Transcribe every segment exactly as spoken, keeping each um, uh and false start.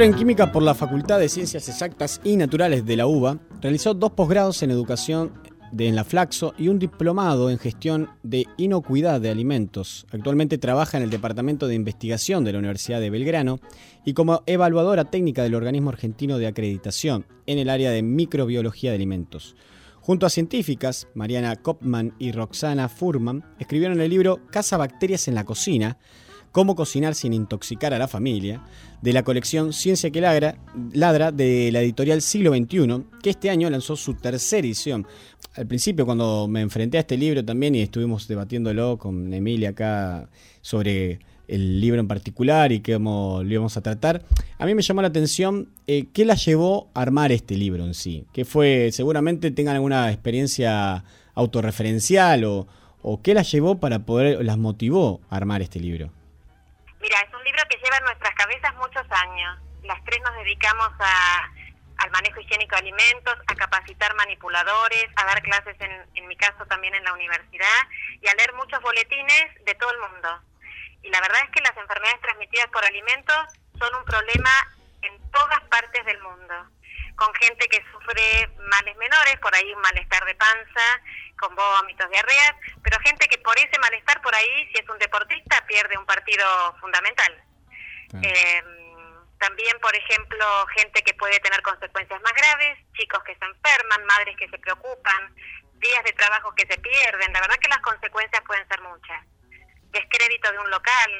Doctor en Química por la Facultad de Ciencias Exactas y Naturales de la U B A, realizó dos posgrados en Educación de en la Flaxo y un diplomado en Gestión de Inocuidad de Alimentos. Actualmente trabaja en el Departamento de Investigación de la Universidad de Belgrano y como evaluadora técnica del Organismo Argentino de Acreditación en el área de Microbiología de Alimentos. Junto a científicas, Mariana Kopman y Roxana Furman, escribieron el libro Caza bacterias en la cocina, Cómo cocinar sin intoxicar a la familia, de la colección Ciencia que ladra, ladra de la editorial Siglo veintiuno, que este año lanzó su tercera edición. Al principio, cuando me enfrenté a este libro también y estuvimos debatiéndolo con Emilia acá sobre el libro en particular y cómo lo íbamos a tratar, a mí me llamó la atención eh, qué la llevó a armar este libro en sí. Que fue, seguramente tengan alguna experiencia autorreferencial o, o qué la llevó para poder, las motivó a armar este libro. Mira, es un libro que lleva en nuestras cabezas muchos años. Las tres nos dedicamos a, al manejo higiénico de alimentos, a capacitar manipuladores, a dar clases, en, en mi caso también en la universidad, y a leer muchos boletines de todo el mundo. Y la verdad es que las enfermedades transmitidas por alimentos son un problema en todas partes del mundo, con gente que sufre males menores, por ahí un malestar de panza, con vómitos, diarreas, pero gente que por ese malestar, por ahí, si es un deportista, pierde un partido fundamental. Ah. Eh, también, por ejemplo, gente que puede tener consecuencias más graves, chicos que se enferman, madres que se preocupan, días de trabajo que se pierden. La verdad que las consecuencias pueden ser muchas. Descrédito de un local,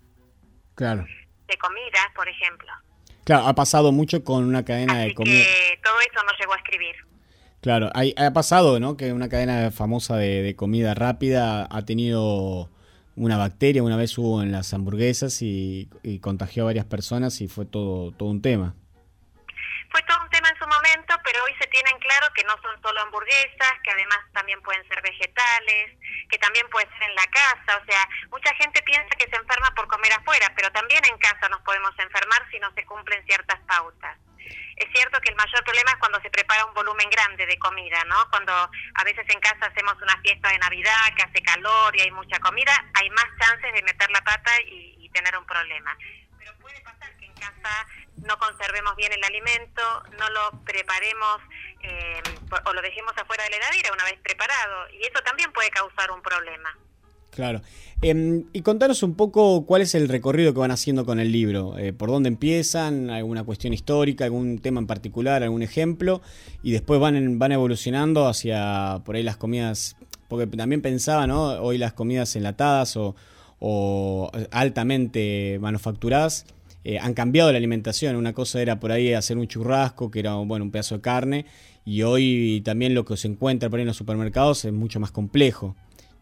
claro, de comidas, por ejemplo. Claro, ha pasado mucho con una cadena Así de comida. Que todo eso no llegó a escribir. Claro, hay, ha pasado, ¿no? Que una cadena famosa de, de comida rápida ha tenido una bacteria, una vez hubo en las hamburguesas y, y contagió a varias personas y fue todo, todo un tema. Fue todo un tema en su momento, pero hoy se tiene en claro que no son solo hamburguesas, que además también pueden ser vegetales, que también puede ser en la casa. O sea, mucha gente piensa que se enferma por comer afuera, pero también en casa nos podemos enfermar si no se cumplen ciertas pautas. Es cierto que el mayor problema es cuando se prepara un volumen grande de comida, ¿no? Cuando a veces en casa hacemos una fiesta de Navidad que hace calor y hay mucha comida, hay más chances de meter la pata y, y tener un problema. Pero puede pasar que en casa no conservemos bien el alimento, no lo preparemos eh, o lo dejemos afuera de la heladera una vez preparado, y eso también puede causar un problema. Claro. Eh, y contanos un poco cuál es el recorrido que van haciendo con el libro. Eh, ¿Por dónde empiezan? ¿Alguna cuestión histórica? ¿Algún tema en particular? ¿Algún ejemplo? Y después van, van evolucionando hacia por ahí las comidas, porque también pensaba, ¿no? Hoy las comidas enlatadas o, o altamente manufacturadas eh, han cambiado la alimentación. Una cosa era por ahí hacer un churrasco, que era bueno un pedazo de carne, y hoy también lo que se encuentra por ahí en los supermercados es mucho más complejo.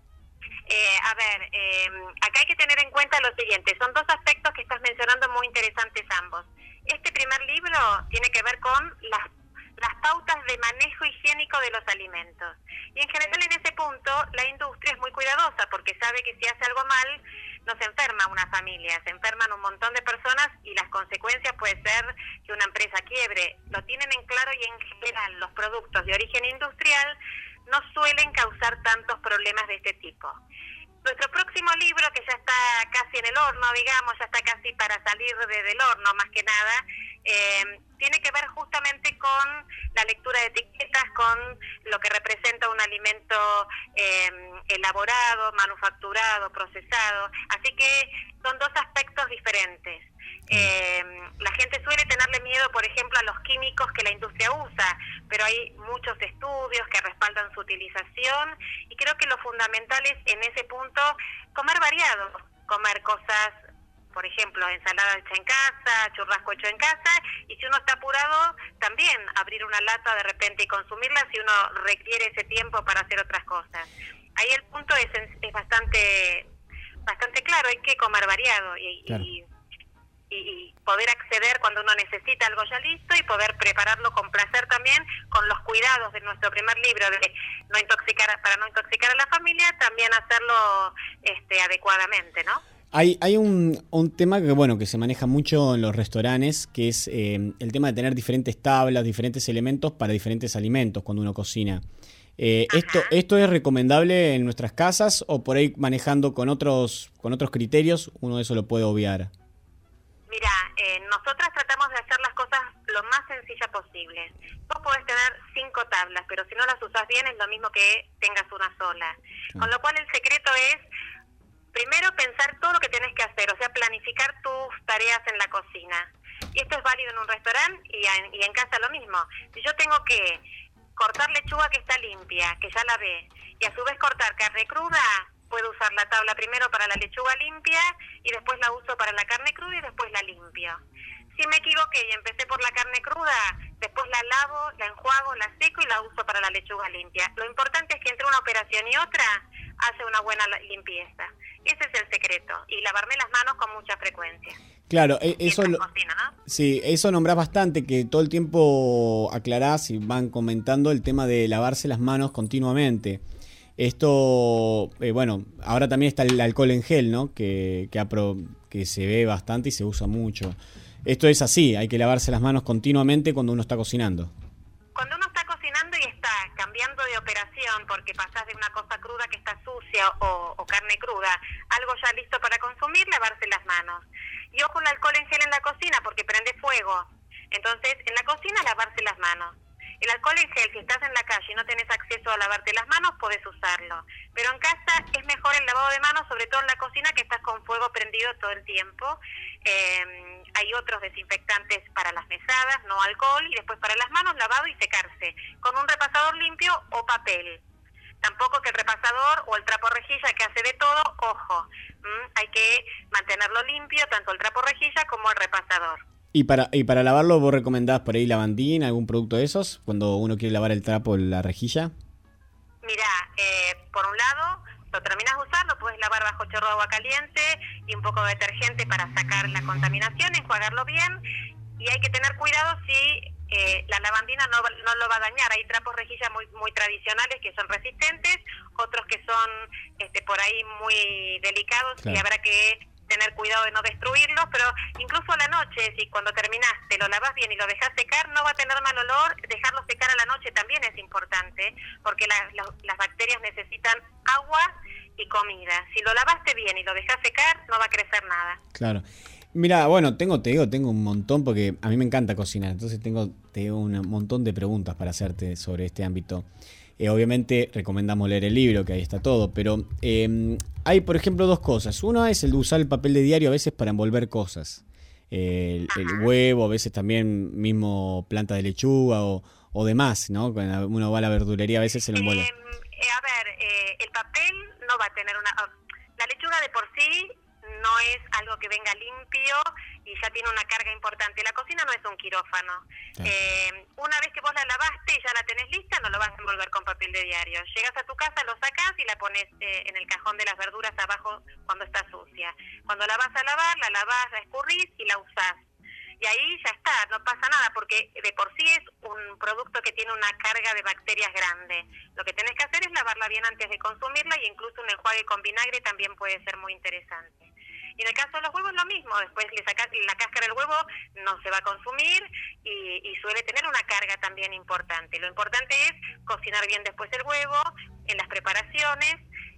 Eh, a ver, eh, acá hay que tener en cuenta lo siguiente, son dos aspectos que estás mencionando muy interesantes ambos. Este primer libro tiene que ver con las, las pautas de manejo higiénico de los alimentos. Y en general en ese punto la industria es muy cuidadosa porque sabe que si hace algo mal no se enferma una familia, se enferman un montón de personas y las consecuencias puede ser que una empresa quiebre. Lo tienen en claro y en general los productos de origen industrial no suelen causar tantos problemas de este tipo. Nuestro próximo libro, que ya está casi en el horno, digamos, ya está casi para salir de, del horno más que nada, eh, tiene que ver justamente con la lectura de etiquetas, con lo que representa un alimento eh, elaborado, manufacturado, procesado. Así que son dos aspectos diferentes. Eh, la gente suele tenerle miedo, por ejemplo, a los químicos que la industria usa, pero hay muchos estudios que respaldan su utilización y creo que lo fundamental es en ese punto comer variado, comer cosas, por ejemplo, ensalada hecha en casa, churrasco hecho en casa, y si uno está apurado, también abrir una lata de repente y consumirla si uno requiere ese tiempo para hacer otras cosas. Ahí el punto es, es bastante bastante claro, hay que comer variado y, claro. y y poder acceder cuando uno necesita algo ya listo y poder prepararlo con placer también, con los cuidados de nuestro primer libro de no intoxicar, para no intoxicar a la familia, también hacerlo este, adecuadamente, ¿no? Hay, hay un, un tema que bueno que se maneja mucho en los restaurantes, que es eh, el tema de tener diferentes tablas, diferentes elementos para diferentes alimentos cuando uno cocina. Eh, esto, ¿Esto es recomendable en nuestras casas o por ahí manejando con otros, con otros criterios uno eso lo puede obviar? Mira, eh, nosotras tratamos de hacer las cosas lo más sencillas posible. Vos podés tener cinco tablas, pero si no las usás bien es lo mismo que tengas una sola. Sí. Con lo cual el secreto es, primero, pensar todo lo que tenés que hacer, o sea, planificar tus tareas en la cocina. Y esto es válido en un restaurante y en, y en casa lo mismo. Si yo tengo que cortar lechuga que está limpia, que ya la ve, y a su vez cortar carne cruda, puedo usar la tabla primero para la lechuga limpia y después la uso para la carne cruda y después la limpio. Si me equivoqué y empecé por la carne cruda, después la lavo, la enjuago, la seco y la uso para la lechuga limpia. Lo importante es que entre una operación y otra hace una buena limpieza. Ese es el secreto. Y lavarme las manos con mucha frecuencia. Claro, eso lo, cocina, ¿no? Sí, eso nombrás bastante, que todo el tiempo aclarás y van comentando el tema de lavarse las manos continuamente. Esto, eh, bueno, ahora también está el alcohol en gel, ¿no? Que, que, apro, que se ve bastante y se usa mucho. Esto es así, hay que lavarse las manos continuamente cuando uno está cocinando. Cuando uno está cocinando y está cambiando de operación porque pasás de una cosa cruda que está sucia o, o carne cruda, algo ya listo para consumir, lavarse las manos. Y ojo el alcohol en gel en la cocina porque prende fuego. Entonces, en la cocina lavarse las manos. El alcohol en gel, si estás en la calle y no tenés acceso a lavarte las manos, podés usarlo. Pero en casa es mejor el lavado de manos, sobre todo en la cocina, que estás con fuego prendido todo el tiempo. Eh, hay otros desinfectantes para las mesadas, no alcohol, y después para las manos, lavado y secarse, con un repasador limpio o papel. Tampoco que el repasador o el trapo rejilla que hace de todo, ojo, ¿m? Hay que mantenerlo limpio, tanto el trapo rejilla como el repasador. ¿Y para y para lavarlo vos recomendás por ahí lavandín, algún producto de esos, cuando uno quiere lavar el trapo o la rejilla? Mira, eh, por un lado, lo terminas de usar, lo puedes lavar bajo chorro de agua caliente y un poco de detergente para sacar la contaminación, enjuagarlo bien, y hay que tener cuidado si eh, la lavandina no, no lo va a dañar. Hay trapos rejilla muy muy tradicionales que son resistentes, otros que son este, por ahí muy delicados, claro, y habrá que tener cuidado de no destruirlos, pero incluso a la noche, si cuando terminaste lo lavas bien y lo dejas secar, no va a tener mal olor. Dejarlo secar a la noche también es importante, porque la, la, las bacterias necesitan agua y comida. Si lo lavaste bien y lo dejas secar, no va a crecer nada. Claro. Mira, bueno, tengo, te digo, tengo un montón, porque a mí me encanta cocinar, entonces tengo, tengo un montón de preguntas para hacerte sobre este ámbito. Eh, obviamente recomendamos leer el libro, que ahí está todo, pero eh, hay, por ejemplo, dos cosas. Uno es el de usar el papel de diario a veces para envolver cosas. Eh, el, el huevo, a veces también mismo planta de lechuga o, o demás, ¿no? Cuando uno va a la verdulería a veces se lo envuelve. Eh, eh, a ver, eh, el papel no va a tener una... La lechuga de por sí no es algo que venga limpio y ya tiene una carga importante. La cocina no es un quirófano. Sí. Eh, una vez que vos la lavaste y ya la tenés lista, no lo vas a envolver con papel de diario. Llegas a tu casa, lo sacás y la pones eh, en el cajón de las verduras abajo cuando está sucia. Cuando la vas a lavar, la lavás, la escurrís y la usás. Y ahí ya está, no pasa nada, porque de por sí es un producto que tiene una carga de bacterias grande. Lo que tenés que hacer es lavarla bien antes de consumirla, y incluso un enjuague con vinagre también puede ser muy interesante. Y en el caso de los huevos lo mismo, después le sacás la cáscara del huevo, no se va a consumir y, y suele tener una carga también importante. Lo importante es cocinar bien después el huevo en las preparaciones,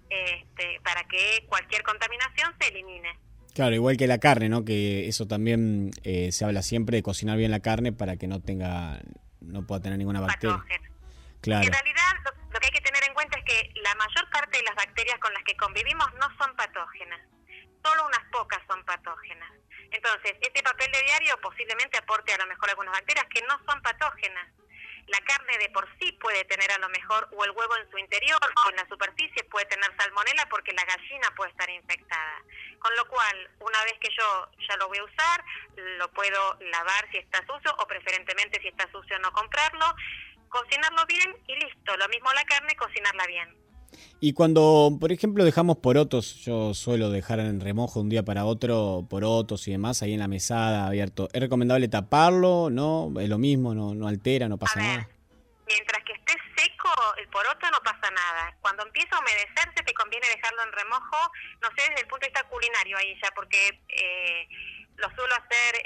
este, para que cualquier contaminación se elimine. Claro, igual que la carne, ¿no? Que eso también eh, se habla siempre de cocinar bien la carne para que no tenga, no pueda tener ninguna bacteria. Patógeno. Claro. En realidad, lo, lo que hay que tener en cuenta es que la mayor parte de las bacterias con las que convivimos no son patógenas. Solo unas pocas son patógenas. Entonces, este papel de diario posiblemente aporte a lo mejor algunas bacterias que no son patógenas. La carne de por sí puede tener a lo mejor, o el huevo en su interior o en la superficie puede tener salmonela porque la gallina puede estar infectada. Con lo cual, una vez que yo ya lo voy a usar, lo puedo lavar si está sucio, o preferentemente si está sucio no comprarlo, cocinarlo bien y listo. Lo mismo la carne, cocinarla bien. Y cuando, por ejemplo, dejamos porotos, yo suelo dejar en remojo un día para otro porotos y demás ahí en la mesada abierto. ¿Es recomendable taparlo? ¿No? ¿Es lo mismo? ¿No, no altera? ¿No pasa a ver, nada? Mientras que esté seco el poroto no pasa nada. Cuando empieza a humedecerse te conviene dejarlo en remojo, no sé, desde el punto de vista culinario ahí ya, porque eh, lo suelo hacer,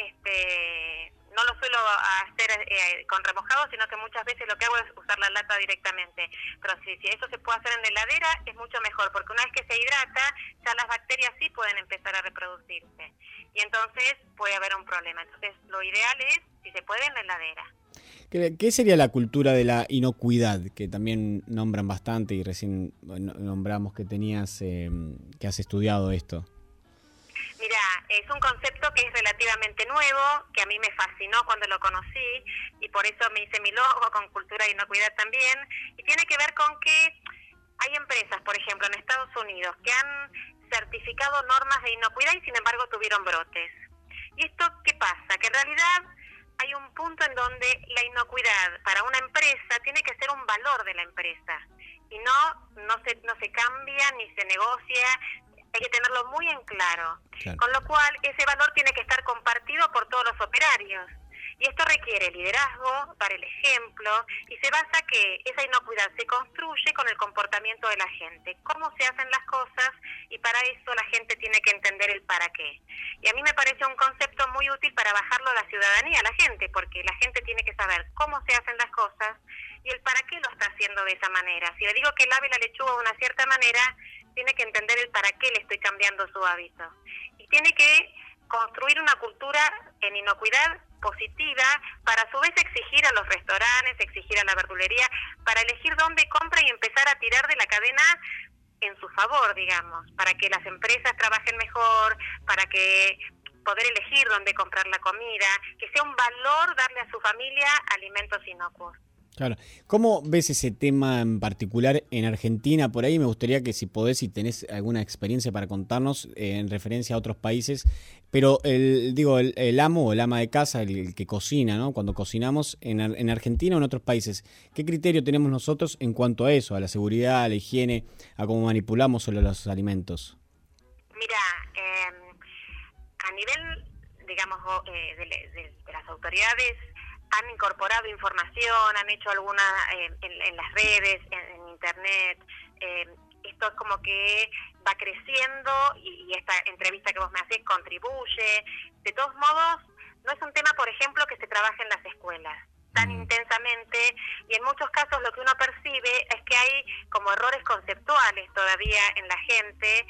este, no lo suelo hacer eh, con remojado, sino que muchas veces lo que hago es usar la lata directamente. Pero si, si eso se puede hacer en la heladera, es mucho mejor, porque una vez que se hidrata, ya las bacterias sí pueden empezar a reproducirse. Y entonces puede haber un problema. Entonces, lo ideal es, si se puede, en la heladera. ¿Qué sería la cultura de la inocuidad, que también nombran bastante y recién nombramos que tenías, eh, que has estudiado esto? Mira, es un concepto que es relativamente nuevo, que a mí me fascinó cuando lo conocí y por eso me hice mi logo con cultura de inocuidad también, y tiene que ver con que hay empresas, por ejemplo, en Estados Unidos, que han certificado normas de inocuidad y sin embargo tuvieron brotes. ¿Y esto qué pasa? Que en realidad hay un punto en donde la inocuidad para una empresa tiene que ser un valor de la empresa y no, no se, no se cambia ni se negocia. Hay que tenerlo muy en claro. Claro. Con lo cual, ese valor tiene que estar compartido por todos los operarios. Y esto requiere liderazgo, dar el ejemplo, y se basa que esa inocuidad se construye con el comportamiento de la gente. Cómo se hacen las cosas, y para eso la gente tiene que entender el para qué. Y a mí me parece un concepto muy útil para bajarlo a la ciudadanía, a la gente, porque la gente tiene que saber cómo se hacen las cosas y el para qué lo está haciendo de esa manera. Si le digo que lave la lechuga de una cierta manera, tiene que entender el para qué le estoy cambiando su hábito. Y tiene que construir una cultura en inocuidad positiva para a su vez exigir a los restaurantes, exigir a la verdulería, para elegir dónde compra y empezar a tirar de la cadena en su favor, digamos, para que las empresas trabajen mejor, para que poder elegir dónde comprar la comida, que sea un valor darle a su familia alimentos inocuos. Claro. ¿Cómo ves ese tema en particular en Argentina? Por ahí me gustaría que si podés, si tenés alguna experiencia para contarnos eh, en referencia a otros países, pero el digo el, el amo o el ama de casa, el, el que cocina, ¿no? Cuando cocinamos en, en Argentina o en otros países, ¿qué criterio tenemos nosotros en cuanto a eso, a la seguridad, a la higiene, a cómo manipulamos los alimentos? Mira, eh, a nivel, digamos, eh, de, de, de las autoridades, han incorporado información, han hecho alguna eh, en, en las redes, en, en internet. Eh, esto es como que va creciendo y, y esta entrevista que vos me hacés contribuye. De todos modos, no es un tema, por ejemplo, que se trabaje en las escuelas tan intensamente, y en muchos casos lo que uno percibe es que hay como errores conceptuales todavía en la gente,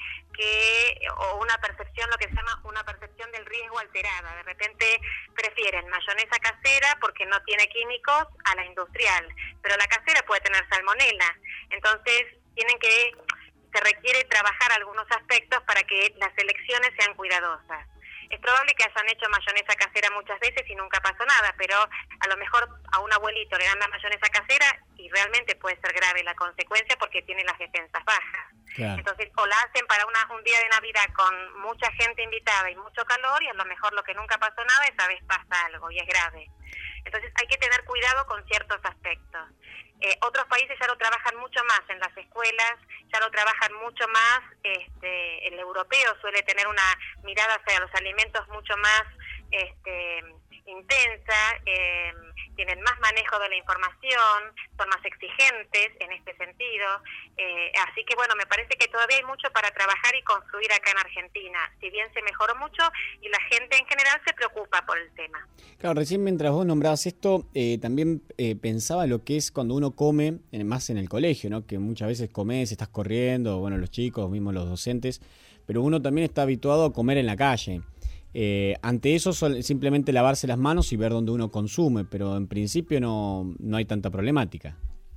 que o una percepción, lo que se llama una percepción del riesgo alterada. De repente prefieren mayonesa casera porque no tiene químicos a la industrial, pero la casera puede tener salmonela. Entonces tienen que, se requiere trabajar algunos aspectos para que las elecciones sean cuidadosas. Es probable que hayan hecho mayonesa casera muchas veces y nunca pasó nada, pero a lo mejor a un abuelito le dan la mayonesa casera y realmente puede ser grave la consecuencia porque tiene las defensas bajas. Claro. Entonces, o la hacen para una, un día de Navidad con mucha gente invitada y mucho calor, y a lo mejor lo que nunca pasó nada, esa vez pasa algo y es grave. Entonces hay que tener cuidado con ciertos aspectos. Eh, otros países ya lo trabajan mucho más en las escuelas, ya lo trabajan mucho más, este, el europeo suele tener una mirada hacia los alimentos mucho más este, intensa, eh, tienen más manejo de la información, son más exigentes en este sentido, eh, así que bueno, me parece que todavía hay mucho para trabajar y construir acá en Argentina, si bien se mejoró mucho y la gente en general se preocupa por el tema. Claro, recién mientras vos nombrabas esto, eh, también eh, pensaba lo que es cuando uno come, eh, más en el colegio, ¿no? Que muchas veces comes, estás corriendo, bueno, los chicos, mismos los docentes, pero uno también está habituado a comer en la calle. Eh, ante eso simplemente lavarse las manos y ver dónde uno consume, pero en principio no, no hay tanta problemática.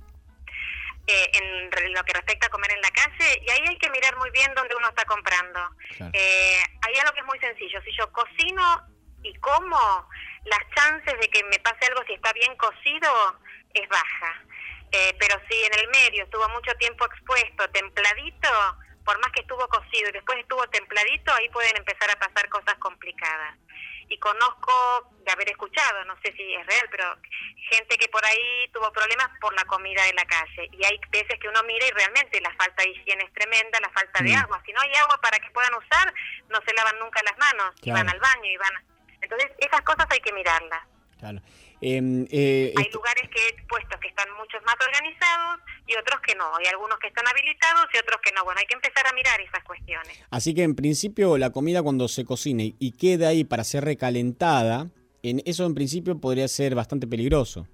Eh, en lo que respecta a comer en la calle, y ahí hay que mirar muy bien dónde uno está comprando. Claro. Eh, hay algo que es muy sencillo, si yo cocino y como, las chances de que me pase algo si está bien cocido es baja. Eh, pero si en el medio estuvo mucho tiempo expuesto, templadito, por más que estuvo cocido y después estuvo templadito, ahí pueden empezar a pasar cosas complicadas. Y conozco, de haber escuchado, no sé si es real, pero gente que por ahí tuvo problemas por la comida de la calle. Y hay veces que uno mira y realmente la falta de higiene es tremenda, la falta mm. de agua. Si no hay agua para que puedan usar, no se lavan nunca las manos, claro. Y van al baño y van... Entonces esas cosas hay que mirarlas. Claro. Eh, eh, hay esto... lugares que puestos que están muy muchos más organizados y otros que no, hay algunos que están habilitados y otros que no. Bueno, hay que empezar a mirar esas cuestiones. Así que en principio la comida cuando se cocine y queda ahí para ser recalentada, en eso en principio podría ser bastante peligroso.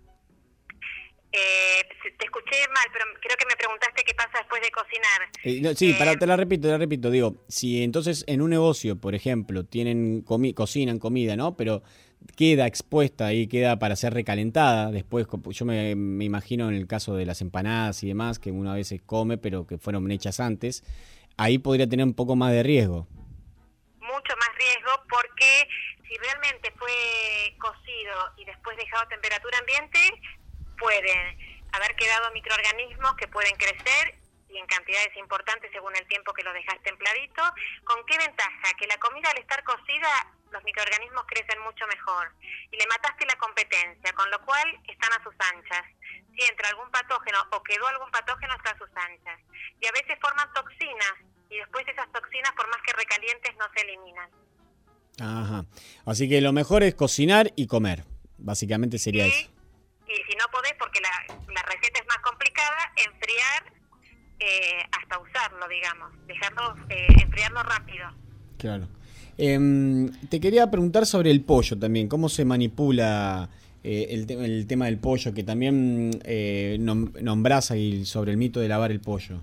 Eh, te escuché mal, pero creo que me preguntaste qué pasa después de cocinar. Eh, no, sí, eh, para, te la repito, te la repito, digo, si entonces en un negocio, por ejemplo, tienen comi cocinan comida, ¿no? Pero queda expuesta ahí, queda para ser recalentada, después yo me, me imagino en el caso de las empanadas y demás, que una vez se come, pero que fueron hechas antes, ahí podría tener un poco más de riesgo. Mucho más riesgo porque si realmente fue cocido y después dejado a temperatura ambiente, pueden haber quedado microorganismos que pueden crecer y en cantidades importantes según el tiempo que lo dejas templadito. ¿Con qué ventaja? Que la comida al estar cocida, los microorganismos crecen mucho mejor y le mataste la competencia, con lo cual están a sus anchas. Si entra algún patógeno o quedó algún patógeno, está a sus anchas. Y a veces forman toxinas y después esas toxinas, por más que recalientes, no se eliminan. Ajá. Así que lo mejor es cocinar y comer. Básicamente sería y, eso. Y si no podés, porque la, la receta es más complicada, enfriar eh, hasta usarlo, digamos. Dejarlo, eh, enfriarlo rápido. Claro. Eh, te quería preguntar sobre el pollo también. ¿Cómo se manipula eh, el, te el tema del pollo? Que también eh, nom nombrás ahí sobre el mito de lavar el pollo.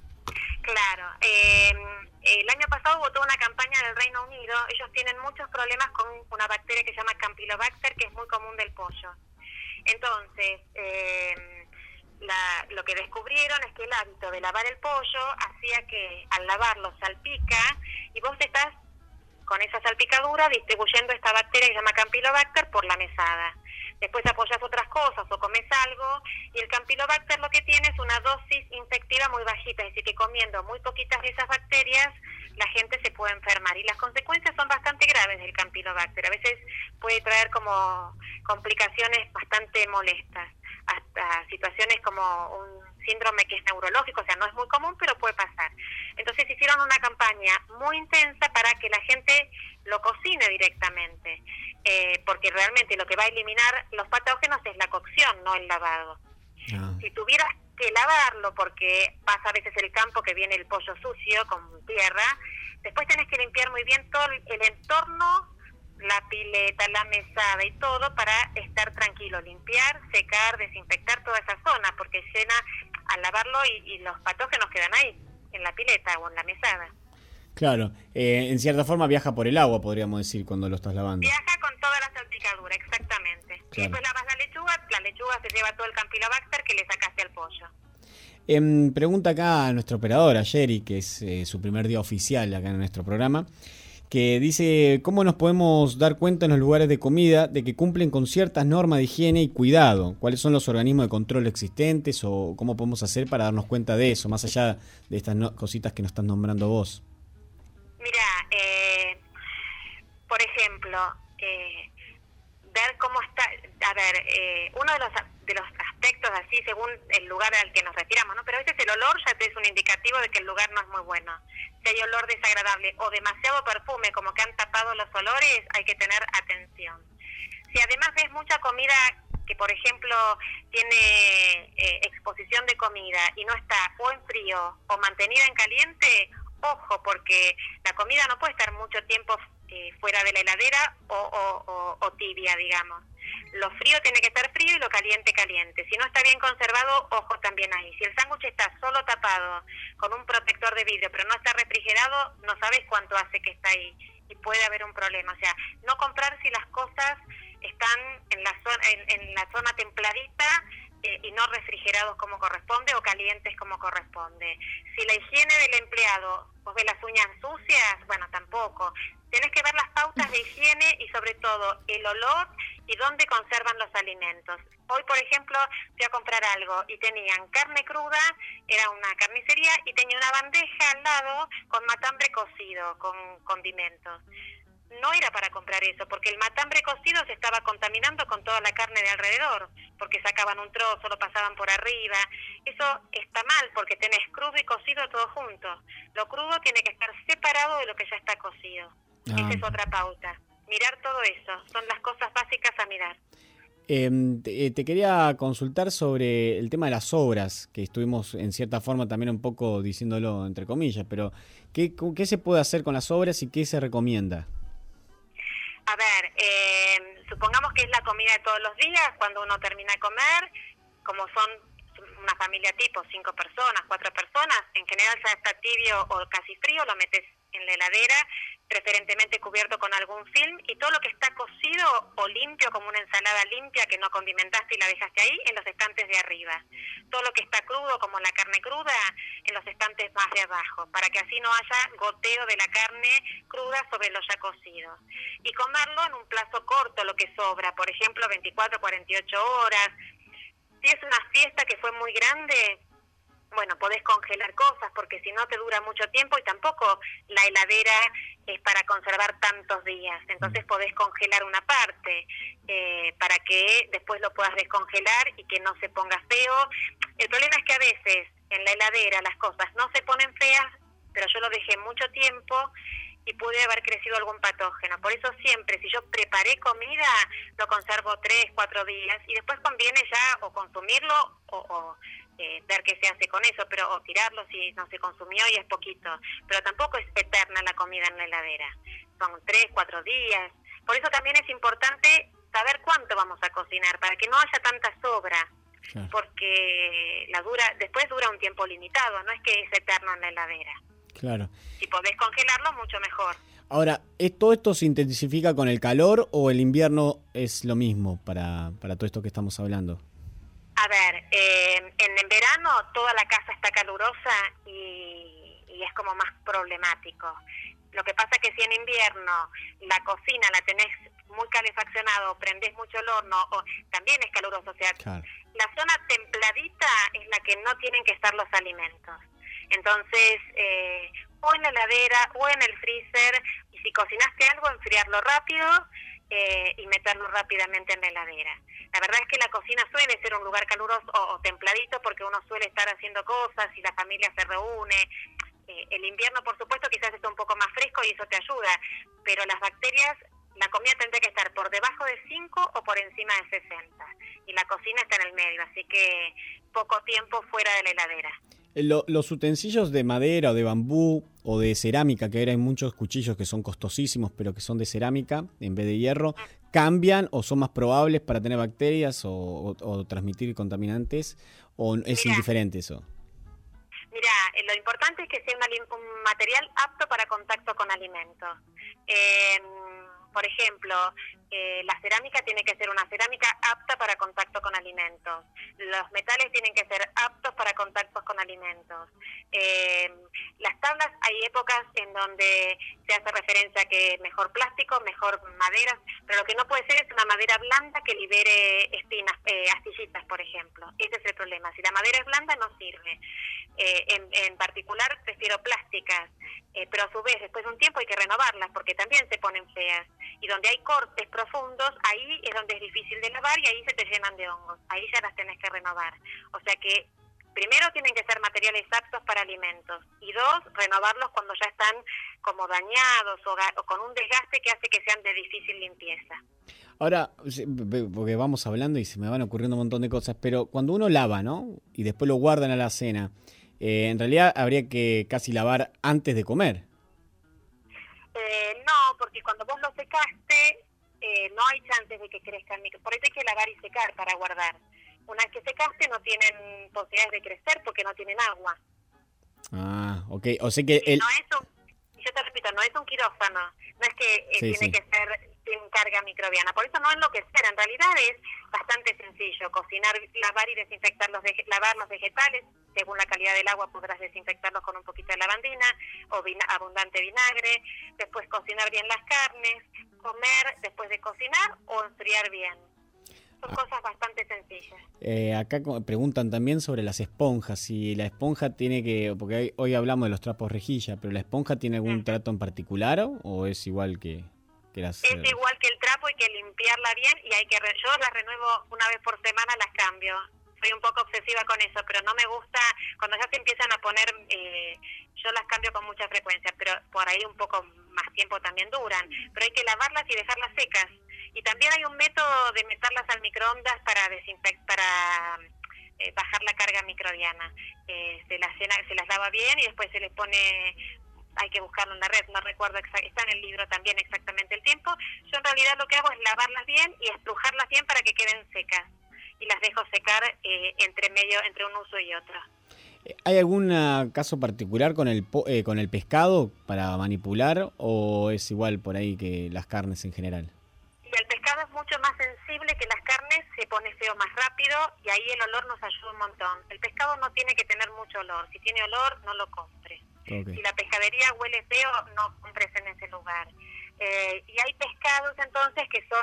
Claro. Eh, el año pasado hubo toda una campaña del Reino Unido. Ellos tienen muchos problemas con una bacteria que se llama Campylobacter, que es muy común del pollo. Entonces, eh, la, lo que descubrieron es que el hábito de lavar el pollo hacía que al lavarlo salpica y vos estás con esa salpicadura distribuyendo esta bacteria que se llama Campylobacter por la mesada. Después apoyas otras cosas o comes algo y el Campylobacter lo que tiene es una dosis infectiva muy bajita, es decir, que comiendo muy poquitas de esas bacterias la gente se puede enfermar y las consecuencias son bastante graves del Campylobacter. A veces puede traer como complicaciones bastante molestas, hasta situaciones como un síndrome que es neurológico, o sea, no es muy común, pero puede pasar. Entonces hicieron una campaña muy intensa para que la gente lo cocine directamente, eh, porque realmente lo que va a eliminar los patógenos es la cocción, no el lavado. Ah. Si tuvieras que lavarlo, porque pasa a veces el campo que viene el pollo sucio con tierra, después tenés que limpiar muy bien todo el entorno, la pileta, la mesada y todo para estar tranquilo, limpiar, secar, desinfectar toda esa zona, porque llena al lavarlo y, y los patógenos quedan ahí, en la pileta o en la mesada. Claro, eh, en cierta forma viaja por el agua, podríamos decir, cuando lo estás lavando. Viaja con toda la salpicadura, exactamente. Claro. Y después lavas la lechuga, la lechuga se lleva todo el Campylobacter que le sacaste al pollo. Eh, pregunta acá a nuestra operadora, Jerry, que es eh, su primer día oficial acá en nuestro programa, que dice, ¿cómo nos podemos dar cuenta en los lugares de comida de que cumplen con ciertas normas de higiene y cuidado? ¿Cuáles son los organismos de control existentes o cómo podemos hacer para darnos cuenta de eso, más allá de estas no cositas que nos estás nombrando vos? Mira, eh, por ejemplo, eh, ver cómo está, a ver, eh, uno de los de los aspectos así según el lugar al que nos retiramos, ¿no? Pero a veces el olor ya te es un indicativo de que el lugar no es muy bueno. Si hay olor desagradable o demasiado perfume, como que han tapado los olores, hay que tener atención. Si además ves mucha comida que, por ejemplo, tiene eh, exposición de comida y no está o en frío o mantenida en caliente, ojo, porque la comida no puede estar mucho tiempo eh, fuera de la heladera o, o, o, o tibia, digamos. Lo frío tiene que estar frío y lo caliente, caliente. Si no está bien conservado, ojo también ahí. Si el sándwich está solo tapado con un protector de vidrio, pero no está refrigerado, no sabes cuánto hace que está ahí y puede haber un problema. O sea, no comprar si las cosas están en la zona, en, en la zona templadita eh, y no refrigerados como corresponde o calientes como corresponde. Si la higiene del empleado, vos ves las uñas sucias, bueno, tampoco. Tenés que ver las pautas de higiene y sobre todo el olor y dónde conservan los alimentos. Hoy, por ejemplo, fui a comprar algo y tenían carne cruda, era una carnicería, y tenía una bandeja al lado con matambre cocido, con condimentos. No era para comprar eso, porque el matambre cocido se estaba contaminando con toda la carne de alrededor, porque sacaban un trozo, lo pasaban por arriba. Eso está mal, porque tenés crudo y cocido todo junto. Lo crudo tiene que estar separado de lo que ya está cocido. Ah. Esa es otra pauta. Mirar todo eso, son las cosas básicas a mirar. Eh, te, te quería consultar sobre el tema de las obras, que estuvimos en cierta forma también un poco diciéndolo entre comillas, pero ¿qué, qué se puede hacer con las obras y qué se recomienda? A ver, eh, supongamos que es la comida de todos los días, cuando uno termina de comer, como son una familia tipo, cinco personas, cuatro personas, en general ya está tibio o casi frío, lo metes en la heladera, preferentemente cubierto con algún film, y todo lo que está cocido o limpio, como una ensalada limpia que no condimentaste y la dejaste ahí, en los estantes de arriba. Todo lo que está crudo, como la carne cruda, en los estantes más de abajo, para que así no haya goteo de la carne cruda sobre los ya cocidos. Y comerlo en un plazo corto, lo que sobra, por ejemplo, veinticuatro, cuarenta y ocho horas. Si es una fiesta que fue muy grande, bueno, podés congelar cosas, porque si no te dura mucho tiempo, y tampoco la heladera es para conservar tantos días. Entonces podés congelar una parte eh, para que después lo puedas descongelar y que no se ponga feo. El problema es que a veces en la heladera las cosas no se ponen feas, pero yo lo dejé mucho tiempo y pude haber crecido algún patógeno. Por eso siempre, si yo preparé comida, lo conservo tres, cuatro días, y después conviene ya o consumirlo o... o Eh, ver qué se hace con eso, pero o tirarlo si no se consumió y es poquito, pero tampoco es eterna la comida en la heladera, son tres, cuatro días. Por eso también es importante saber cuánto vamos a cocinar, para que no haya tanta sobra, claro. Porque la dura después dura un tiempo limitado, no es que es eterno en la heladera. Claro. Si podés congelarlo, mucho mejor. Ahora, ¿todo esto se intensifica con el calor o el invierno es lo mismo para, para todo esto que estamos hablando? A ver, eh, en, en verano toda la casa está calurosa y, y es como más problemático. Lo que pasa es que si en invierno la cocina la tenés muy calefaccionada o prendés mucho el horno, o también es caluroso. O sea, claro. La zona templadita es la que no tienen que estar los alimentos. Entonces, eh, o en la heladera o en el freezer, y si cocinaste algo, enfriarlo rápido eh, y meterlo rápidamente en la heladera. La verdad es que la cocina suele ser un lugar caluroso o, o templadito, porque uno suele estar haciendo cosas y la familia se reúne. Eh, el invierno, por supuesto, quizás está un poco más fresco y eso te ayuda, pero las bacterias, la comida tendría que estar por debajo de cinco o por encima de sesenta, y la cocina está en el medio, así que poco tiempo fuera de la heladera. Lo, los utensilios de madera o de bambú o de cerámica, que ahora hay muchos cuchillos que son costosísimos pero que son de cerámica en vez de hierro, ¿cambian o son más probables para tener bacterias o, o, o transmitir contaminantes, o es Mirá, indiferente eso? Mira, eh, lo importante es que sea una, un material apto para contacto con alimentos. Eh, por ejemplo, eh, la cerámica tiene que ser una cerámica apta para contacto con alimentos. Los metales tienen que ser aptos para contactos con alimentos. Eh, las tablas, hay épocas en donde se hace referencia a que mejor plástico, mejor madera, pero lo que no puede ser es una madera blanda que libere espinas, eh, astillitas, por ejemplo. Ese es el problema. Si la madera es blanda, no sirve. Eh, en, en particular, prefiero plásticas, eh, pero a su vez, después de un tiempo hay que renovarlas, porque también se ponen feas. Y donde hay cortes profundos, ahí es donde es difícil de lavar y ahí se te llenan de hongos. Ahí ya las tenés que renovar. O sea que primero tienen que ser materiales aptos para alimentos, y dos, renovarlos cuando ya están como dañados o, o con un desgaste que hace que sean de difícil limpieza. Ahora, porque vamos hablando y se me van ocurriendo un montón de cosas, pero cuando uno lava, ¿no? Y después lo guardan a la cena, eh, en realidad habría que casi lavar antes de comer. Eh, no, porque cuando vos lo secaste, eh, no hay chances de que crezcan. Por eso hay que lavar y secar para guardar. Una vez que secaste, no tienen posibilidades de crecer porque no tienen agua. Ah, ok. O sea que... Sí, el... no es un, yo te repito, no es un quirófano. No es que eh, sí, tiene sí. que ser sin carga microbiana. Por eso no enloquecer. En realidad es bastante sencillo. Cocinar, lavar y desinfectar los vege- lavar los vegetales. Según la calidad del agua podrás desinfectarlos con un poquito de lavandina o vina- abundante vinagre. Después cocinar bien las carnes. Comer después de cocinar o enfriar bien. Son ah. cosas bastante sencillas. Eh, acá preguntan también sobre las esponjas. Si la esponja tiene que... Porque hoy, hoy hablamos de los trapos rejilla, pero ¿la esponja tiene algún uh-huh. trato en particular o, o es igual que, que las...? Es igual que el trapo, hay que limpiarla bien y hay que... Re- yo las renuevo una vez por semana, las cambio. Soy un poco obsesiva con eso, pero no me gusta... Cuando ya se empiezan a poner... Eh, yo las cambio con mucha frecuencia, pero por ahí un poco más tiempo también duran. Pero hay que lavarlas y dejarlas secas. Y también hay un método de meterlas al microondas para desinfectar, para eh, bajar la carga microbiana. Eh, se las llena, se las lava bien y después se les pone, hay que buscarlo en la red, no recuerdo, exa- está en el libro también exactamente el tiempo. Yo en realidad lo que hago es lavarlas bien y estrujarlas bien para que queden secas. Y las dejo secar eh, entre medio, entre un uso y otro. ¿Hay algún uh, caso particular con el po eh, con el pescado para manipular o es igual por ahí que las carnes en general? Y el pescado es mucho más sensible que las carnes, se pone feo más rápido y ahí el olor nos ayuda un montón. El pescado no tiene que tener mucho olor, si tiene olor no lo compres. Okay. Si la pescadería huele feo, no compres en ese lugar. Eh, y hay pescados entonces que son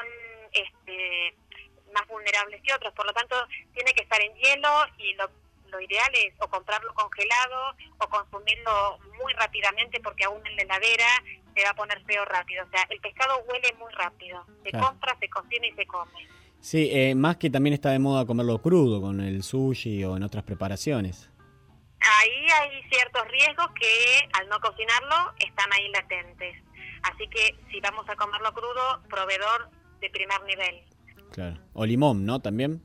este, más vulnerables que otros, por lo tanto tiene que estar en hielo y lo Lo ideal es o comprarlo congelado o consumirlo muy rápidamente porque aún en la heladera se va a poner feo rápido. O sea, el pescado huele muy rápido. Se claro. compra, se cocina y se come. Sí, eh, más que también está de moda comerlo crudo con el sushi o en otras preparaciones. Ahí hay ciertos riesgos que al no cocinarlo están ahí latentes. Así que si vamos a comerlo crudo, proveedor de primer nivel. Claro. O limón, ¿no? También.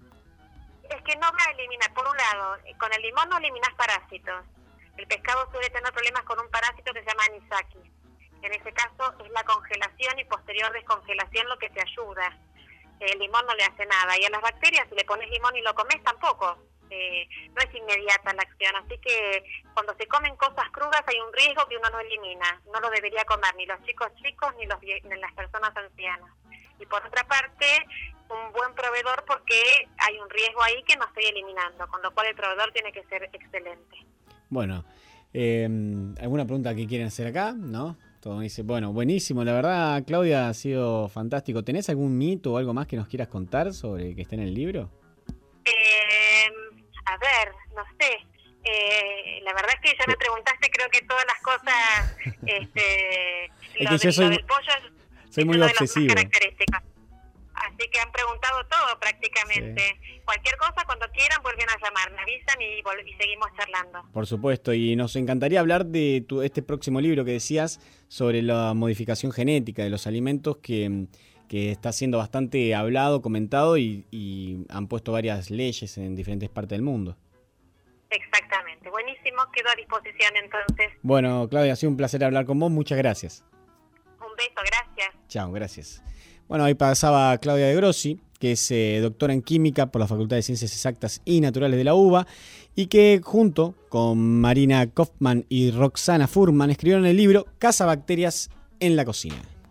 Es que no va a eliminar, por un lado, con el limón no eliminas parásitos. El pescado suele tener problemas con un parásito que se llama anisakis. En ese caso es la congelación y posterior descongelación lo que te ayuda. El limón no le hace nada. Y a las bacterias, si le pones limón y lo comes, tampoco. Eh, no es inmediata la acción. Así que cuando se comen cosas crudas hay un riesgo que uno no elimina. No lo debería comer ni los chicos chicos ni, los, ni las personas ancianas. Y por otra parte, un buen proveedor porque hay un riesgo ahí que no estoy eliminando, con lo cual el proveedor tiene que ser excelente. Bueno, eh, ¿alguna pregunta que quieren hacer acá? ¿No? Todo dice, bueno, buenísimo, la verdad, Claudia, ha sido fantástico. ¿Tenés algún mito o algo más que nos quieras contar sobre que esté en el libro? Eh, a ver, no sé. Eh, la verdad es que ya me preguntaste, creo que todas las cosas, este, es lo, que de, yo soy, lo del pollo soy muy obsesivo. Así que han preguntado todo prácticamente. Sí. Cualquier cosa, cuando quieran, vuelven a llamar, me avisan y, y seguimos charlando. Por supuesto, y nos encantaría hablar de tu, este próximo libro que decías sobre la modificación genética de los alimentos que, que está siendo bastante hablado, comentado y, y han puesto varias leyes en diferentes partes del mundo. Exactamente, buenísimo, quedo a disposición entonces. Bueno, Claudia, ha sido un placer hablar con vos, muchas gracias. Un beso, gracias. Chao, gracias. Bueno, ahí pasaba Claudia de Grossi, que es eh, doctora en Química por la Facultad de Ciencias Exactas y Naturales de la UBA, y que junto con Marina Kaufman y Roxana Furman escribieron el libro Cazabacterias en la cocina.